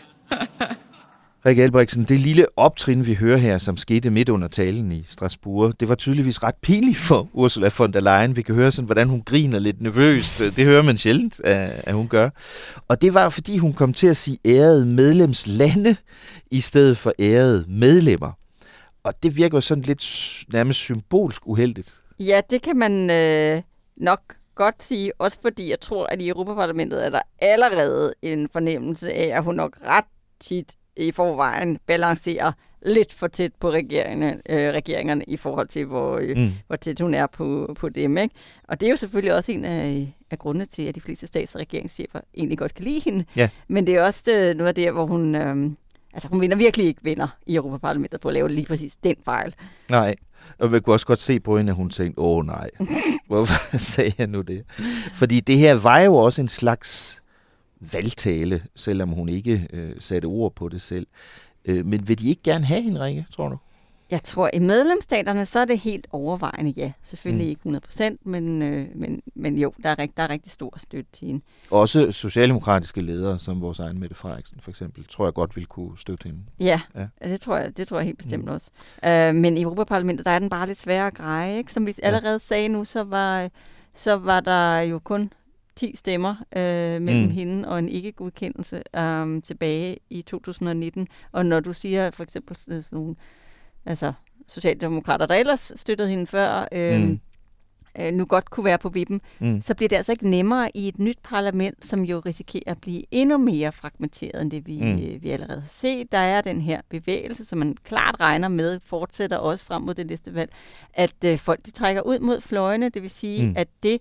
Rikke Albrechtsen, det lille optrin, vi hører her, som skete midt under talen i Strasbourg, det var tydeligvis ret pinligt for Ursula von der Leyen. Vi kan høre sådan, hvordan hun griner lidt nervøst. Det hører man sjældent, at hun gør. Og det var fordi, hun kom til at sige ærede medlemslande i stedet for ærede medlemmer. Og det virker jo sådan lidt nærmest symbolsk uheldigt. Ja, det kan man øh, nok godt sige. Også fordi jeg tror, at i Europaparlamentet er der allerede en fornemmelse af, at hun nok ret tit i forvejen balancerer lidt for tæt på regeringerne, øh, regeringerne i forhold til, hvor, øh, mm. hvor tæt hun er på, på dem. Ikke? Og det er jo selvfølgelig også en af, af grundene til, at de fleste stats- og regeringschefer egentlig godt kan lide hende. Ja. Men det er også øh, noget af det, hvor hun... Øh, altså, hun vinder virkelig ikke vinder i Europaparlamentet på at lave lige præcis den fejl. Nej, og man kunne også godt se på hende, at hun tænkte, åh nej, hvorfor sagde jeg nu det? Fordi det her var jo også en slags valgtale, selvom hun ikke øh, satte ord på det selv. Øh, men vil de ikke gerne have hende, Rikke, tror du? Jeg tror, i medlemsstaterne, så er det helt overvejende ja. Selvfølgelig mm. ikke hundrede procent, men, øh, men, men jo, der er, rigt, der er rigtig stor støtte til hende. Også socialdemokratiske ledere, som vores egen Mette Frederiksen for eksempel, tror jeg godt ville kunne støtte hende. Ja, ja. Det, tror jeg, det tror jeg helt bestemt mm. også. Uh, men i Europaparlamentet, der er den bare lidt sværere at greje. Ikke? Som vi allerede ja. sagde nu, så var, så var der jo kun ti stemmer øh, mellem mm. hende og en ikke-godkendelse øh, tilbage i to tusind nitten. Og når du siger for eksempel sådan nogle altså, socialdemokrater, der ellers støttede hende før, øh, mm. øh, nu godt kunne være på vippen, mm. så bliver det altså ikke nemmere i et nyt parlament, som jo risikerer at blive endnu mere fragmenteret, end det vi, mm. øh, vi allerede har set. Der er den her bevægelse, som man klart regner med, fortsætter også frem mod det næste valg, at øh, folk de trækker ud mod fløjene, det vil sige, mm. at det,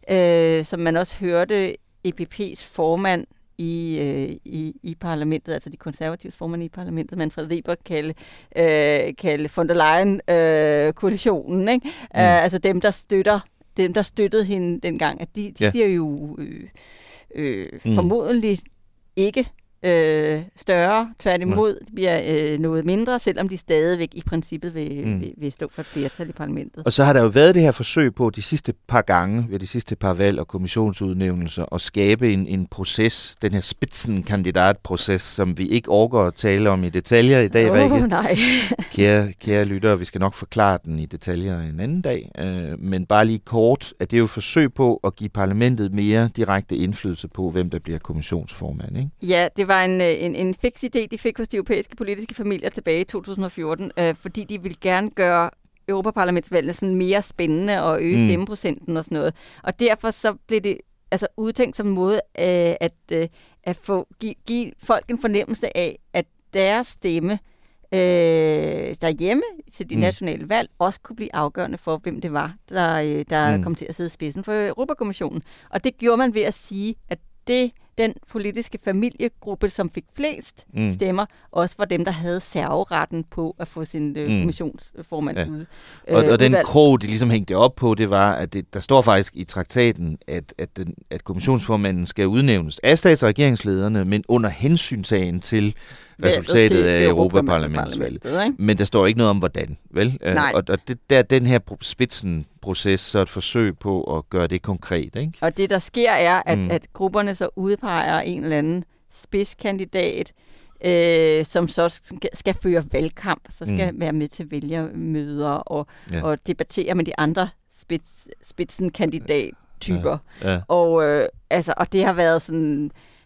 øh, som man også hørte E P P's formand i, øh, i, i parlamentet, altså de konservatives formand i parlamentet, Manfred Weber, kalde, øh, kalde von der Leyen-koalitionen, øh, ikke? Mm. Uh, altså dem, der støtter, dem, der støttede hende dengang, at de, de ja. bliver jo øh, øh, mm. formodentlig ikke øh, større. Tværtimod mm. bliver øh, noget mindre, selvom de stadigvæk i princippet vil, mm. vil, vil stå for et flertal i parlamentet. Og så har der jo været det her forsøg på de sidste par gange, ved de sidste par valg og kommissionsudnævnelser, at skabe en, en proces, den her spidsenkandidatproces, som vi ikke orker at tale om i detaljer i dag, Rikke. Åh, oh, nej. kære, kære lyttere, vi skal nok forklare den i detaljer en anden dag, øh, men bare lige kort, at det er jo et forsøg på at give parlamentet mere direkte indflydelse på, hvem der bliver kommissionsformand, ikke? Ja, det var en, en, en fix idé, de fik hos de europæiske politiske familier tilbage i to tusind og fjorten, øh, fordi de ville gerne gøre Europaparlamentsvalgene sådan mere spændende og øge mm. stemmeprocenten og sådan noget. Og derfor så blev det altså udtænkt som en måde øh, at, øh, at få, give, give folk en fornemmelse af, at deres stemme øh, derhjemme til de mm. nationale valg også kunne blive afgørende for, hvem det var, der, der mm. kom til at sidde i spidsen for Europakommissionen. Og det gjorde man ved at sige, at det den politiske familiegruppe, som fik flest mm. stemmer, også var dem, der havde serveretten på at få sin øh, kommissionsformand ja. ud. Og, øh, og den krog, de ligesom hængte op på, det var, at det, der står faktisk i traktaten, at, at, den, at kommissionsformanden skal udnævnes af stats- og regeringslederne, men under hensyntagen til resultatet til af Europaparlamentsvalget. Men der står ikke noget om, hvordan. Vel? Nej. Og, og det, der den her spidsenproces, så et forsøg på at gøre det konkret. Ikke? Og det, der sker, er, at, mm. at grupperne så udpeger en eller anden spidskandidat, øh, som så skal, skal føre valgkamp, så skal mm. være med til vælgermøder og, ja. og debattere med de andre spids, spidsenkandidattyper. Ja. Ja. Og, øh, altså, og det har været sådan...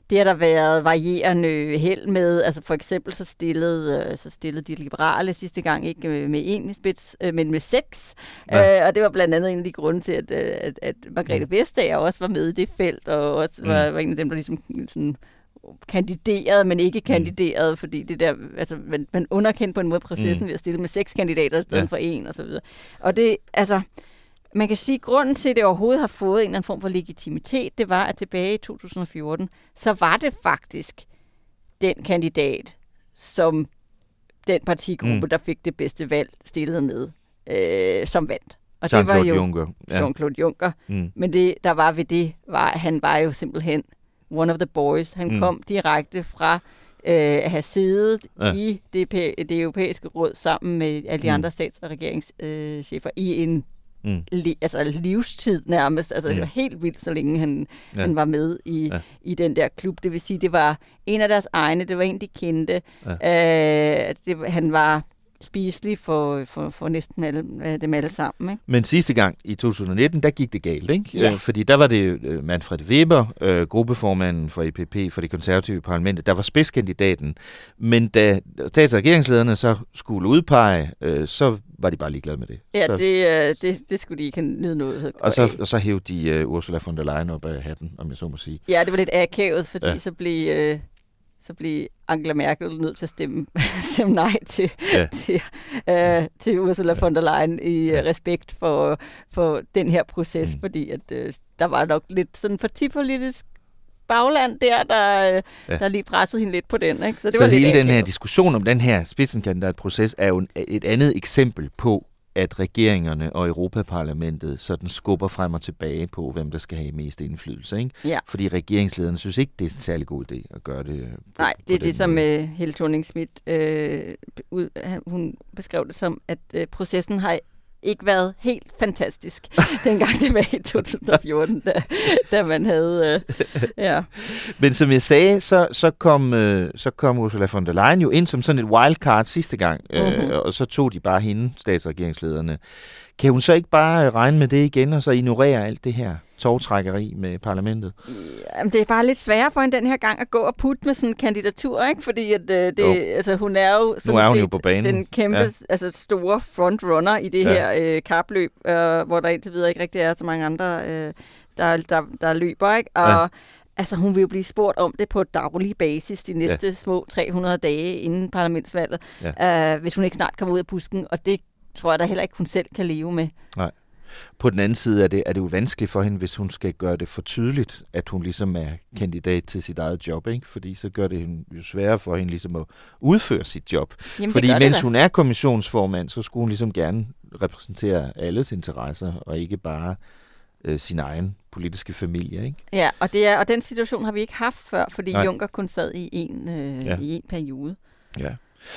det har der været varierende held med. Altså for eksempel så stillede, så stillede de liberale sidste gang ikke med en spids, men med seks. Ja. Øh, og det var blandt andet en af de grunde til, at, at, at Margrethe Vestager også var med i det felt, og også var, var en af dem, der ligesom sådan kandiderede, men ikke kandiderede, mm. fordi det der, altså, man, man underkendte på en måde processen mm. ved at stille med seks kandidater i stedet ja. for en, og så videre. Og det, altså, man kan sige, at grunden til, at det overhovedet har fået en eller anden form for legitimitet, det var, at tilbage i to tusind og fjorten, så var det faktisk den kandidat, som den partigruppe, mm. der fik det bedste valg, stillede med, øh, som vandt. Og det var jo Juncker. Ja. Jean-Claude Juncker. Mm. Men det, der var ved det, var, at han var jo simpelthen one of the boys. Han mm. kom direkte fra øh, at have siddet ja. i det, det europæiske råd sammen med alle de mm. andre stats- og regeringschefer øh, i en mm. li, altså livstid nærmest. Altså mm. det var helt vildt, så længe han, ja. han var med i, ja. i den der klub. Det vil sige, det var en af deres egne, det var en, de kendte. Ja. Øh, det, han var spiselig for, for, for næsten alle, dem alle sammen. Ikke? Men sidste gang, i to tusind og nitten, der gik det galt, ikke? Ja. Øh, fordi der var det Manfred Weber, øh, gruppeformanden for E P P, for det konservative parlament, der var spidskandidaten. Men da stats- og regeringslederne så skulle udpege, øh, så var de bare ligeglade med det. Ja, så, det, det, det skulle de ikke nyde noget. Og så, og så hævde de uh, Ursula von der Leyen op af hatten, om jeg så må sige. Ja, det var lidt akavet, fordi ja. så blev... Øh, så blev Angela Merkel nødt til at stemme, stemme nej til, ja. til, øh, til Ursula von der Leyen i ja. respekt for, for den her proces, mm. fordi at, øh, der var nok lidt sådan partipolitisk bagland der, der, øh, ja. der lige pressede hende lidt på den. Ikke? Så, det så var hele lidt den her diskussion om den her spidsenkandidatproces er jo et andet eksempel på, at regeringerne og Europaparlamentet sådan skubber frem og tilbage på, hvem der skal have mest indflydelse. Ikke? Ja. Fordi regeringslederne synes ikke, det er en særlig god idé at gøre det på, Nej, det er på det, som uh, Helle Thorning-Schmidt, øh, ud, hun beskrev det som, at øh, processen har ikke været helt fantastisk dengang tilbage i to tusind og fjorten, da, da man havde... Øh, ja. Men som jeg sagde, så, så, kom, øh, så kom Ursula von der Leyen jo ind som sådan et wildcard sidste gang, øh, mm-hmm. og så tog de bare hende, statsregeringslederne. Kan hun så ikke bare regne med det igen, og så ignorere alt det her tovtrækkeri med parlamentet? Jamen, det er bare lidt sværere for hende den her gang at gå og putte med sådan en kandidatur, ikke? Fordi at, øh, det, altså, hun er jo, nu er hun jo på banen. Den kæmpe, ja. altså, store frontrunner i det ja. her øh, kapløb, øh, hvor der indtil videre ikke rigtig er så mange andre, øh, der, der, der løber, ikke? Og ja. altså, hun vil jo blive spurgt om det på daglig basis de næste ja. små tre hundrede dage inden parlamentsvalget, ja. øh, hvis hun ikke snart kommer ud af busken, og det tror jeg da heller ikke, hun selv kan leve med. Nej. På den anden side er det, er det jo vanskeligt for hende, hvis hun skal gøre det for tydeligt, at hun ligesom er kandidat til sit eget job, ikke? Fordi så gør det jo sværere for hende ligesom at udføre sit job. Jamen, fordi mens hun er kommissionsformand, så skulle hun ligesom gerne repræsentere alles interesser, og ikke bare øh, sin egen politiske familie, ikke? Ja, og, det er, og den situation har vi ikke haft før, fordi Nej. Juncker kun sad i en, øh, ja. i en periode. Ja.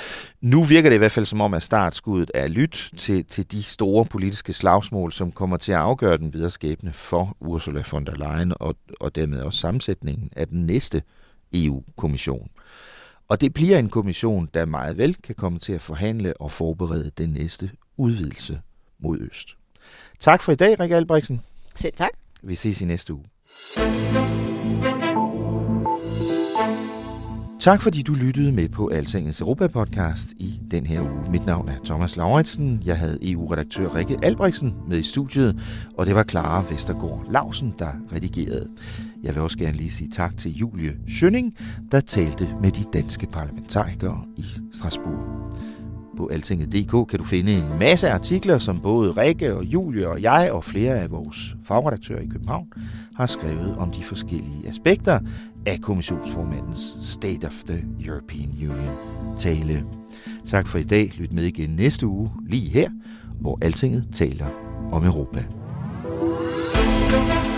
Nu virker det i hvert fald som om, at startskuddet er lyt til, til de store politiske slagsmål, som kommer til at afgøre den videre skæbne for Ursula von der Leyen og, og dermed også sammensætningen af den næste E U-kommission. Og det bliver en kommission, der meget vel kan komme til at forhandle og forberede den næste udvidelse mod øst. Tak for i dag, Rikke Albrechtsen. Selv tak. Vi ses i næste uge. Tak fordi du lyttede med på Altingets Europa-podcast i den her uge. Mit navn er Thomas Lauritsen. Jeg havde E U-redaktør Rikke Albrechtsen med i studiet, og det var Clara Vestergaard Lausen, der redigerede. Jeg vil også gerne lige sige tak til Julie Schønning, der talte med de danske parlamentarikere i Strasbourg. På altinget punktum d k kan du finde en masse artikler, som både Rikke og Julie og jeg og flere af vores fagredaktører i København har skrevet om de forskellige aspekter af kommissionsformandens State of the European Union tale. Tak for i dag. Lyt med igen næste uge, lige her, hvor Altinget taler om Europa.